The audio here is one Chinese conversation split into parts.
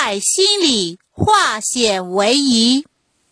在心里化险为夷。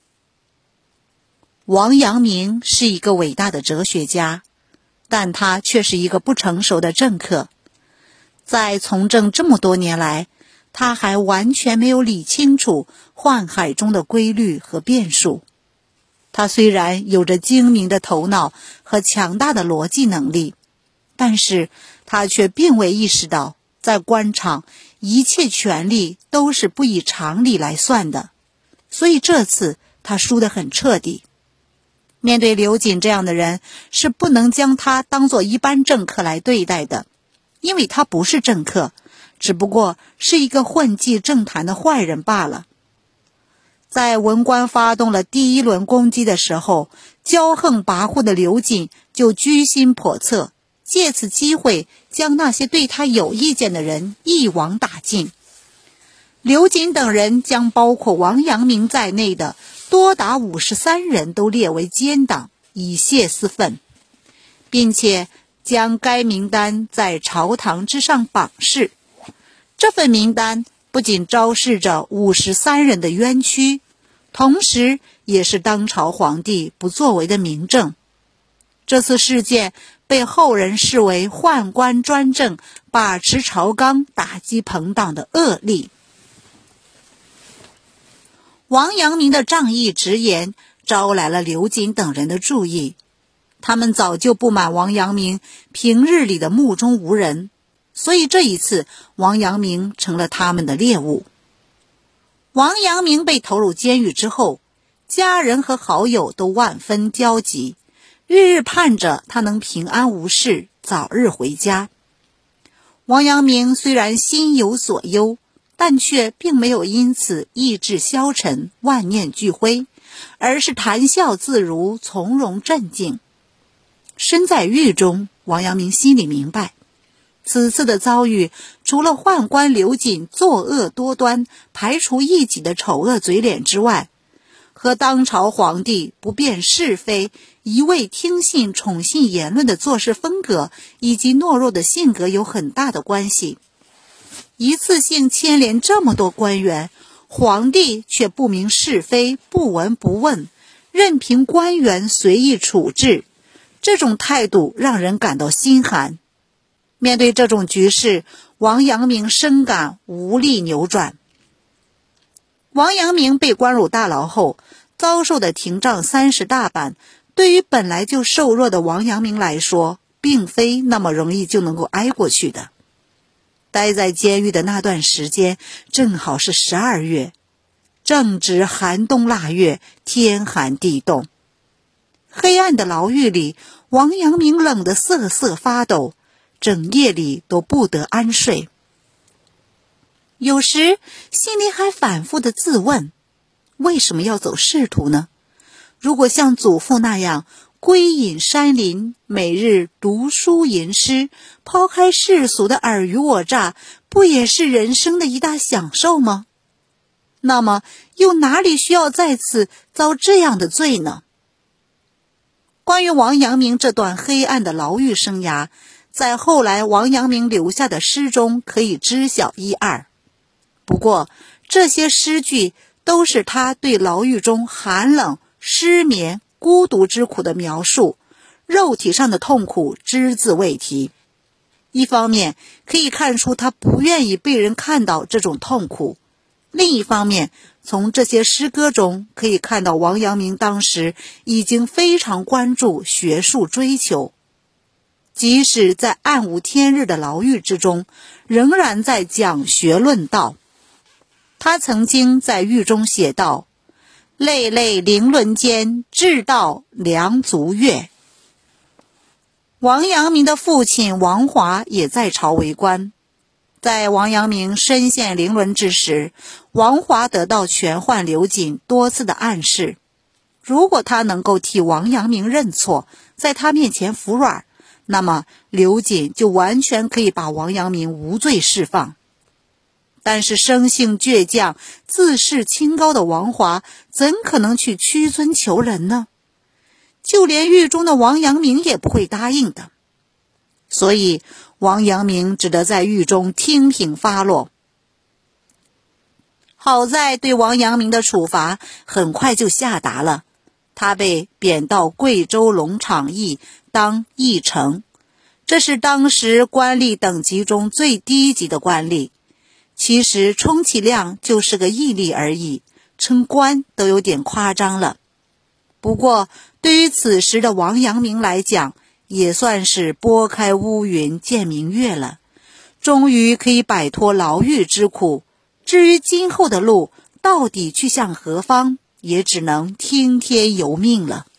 王阳明是一个伟大的哲学家，但他却是一个不成熟的政客。在从政这么多年来，他还完全没有理清楚宦海中的规律和变数。他虽然有着精明的头脑和强大的逻辑能力，但是他却并未意识到，在官场一切权力都是不以常理来算的，所以这次他输得很彻底。面对刘瑾这样的人，是不能将他当作一般政客来对待的，因为他不是政客，只不过是一个混迹政坛的坏人罢了。在文官发动了第一轮攻击的时候，骄横跋扈的刘瑾就居心叵测，借此机会将那些对他有意见的人一网打尽。刘瑾等人将包括王阳明在内的多达53人都列为奸党，以泄私愤，并且将该名单在朝堂之上榜示。这份名单不仅昭示着53人的冤屈，同时也是当朝皇帝不作为的明证。这次事件被后人视为宦官专政、把持朝纲、打击朋党的恶例。王阳明的仗义直言招来了刘瑾等人的注意，他们早就不满王阳明平日里的目中无人，所以这一次王阳明成了他们的猎物。王阳明被投入监狱之后，家人和好友都万分焦急，日日盼着他能平安无事，早日回家。王阳明虽然心有所忧，但却并没有因此意志消沉、万念俱灰，而是谈笑自如、从容镇静。身在狱中，王阳明心里明白，此次的遭遇除了宦官刘瑾作恶多端、排除异己的丑恶嘴脸之外，和当朝皇帝不辨是非、一味听信宠信言论的做事风格以及懦弱的性格有很大的关系。一次性牵连这么多官员，皇帝却不明是非、不闻不问，任凭官员随意处置，这种态度让人感到心寒。面对这种局势，王阳明深感无力扭转。王阳明被关入大牢后，遭受的廷杖30大板，对于本来就瘦弱的王阳明来说，并非那么容易就能够挨过去的。待在监狱的那段时间，正好是12月，正值寒冬腊月，天寒地冻。黑暗的牢狱里，王阳明冷得瑟瑟发抖，整夜里都不得安睡。有时心里还反复地自问，为什么要走仕途呢？如果像祖父那样归隐山林，每日读书吟诗，抛开世俗的尔虞我诈，不也是人生的一大享受吗？那么又哪里需要在此遭这样的罪呢？关于王阳明这段黑暗的牢狱生涯，在后来王阳明留下的诗中可以知晓一二。不过这些诗句都是他对牢狱中寒冷、失眠、孤独之苦的描述，肉体上的痛苦只字未提。一方面可以看出他不愿意被人看到这种痛苦，另一方面从这些诗歌中可以看到王阳明当时已经非常关注学术追求，即使在暗无天日的牢狱之中，仍然在讲学论道。他曾经在狱中写道：累累凌轮间，至道良足月。王阳明的父亲王华也在朝为官，在王阳明身陷囹圄之时，王华得到权宦刘瑾多次的暗示，如果他能够替王阳明认错，在他面前服软，那么刘瑾就完全可以把王阳明无罪释放。但是生性倔强、自视清高的王华怎可能去屈尊求人呢？就连狱中的王阳明也不会答应的。所以王阳明只得在狱中听凭发落。 好在对王阳明的处罚很快就下达了，他被贬到贵州龙场驿当驿丞，这是当时官吏等级中最低级的官吏。其实充其量就是个驿吏而已，称官都有点夸张了。不过对于此时的王阳明来讲，也算是拨开乌云见明月了，终于可以摆脱牢狱之苦。至于今后的路到底去向何方，也只能听天由命了。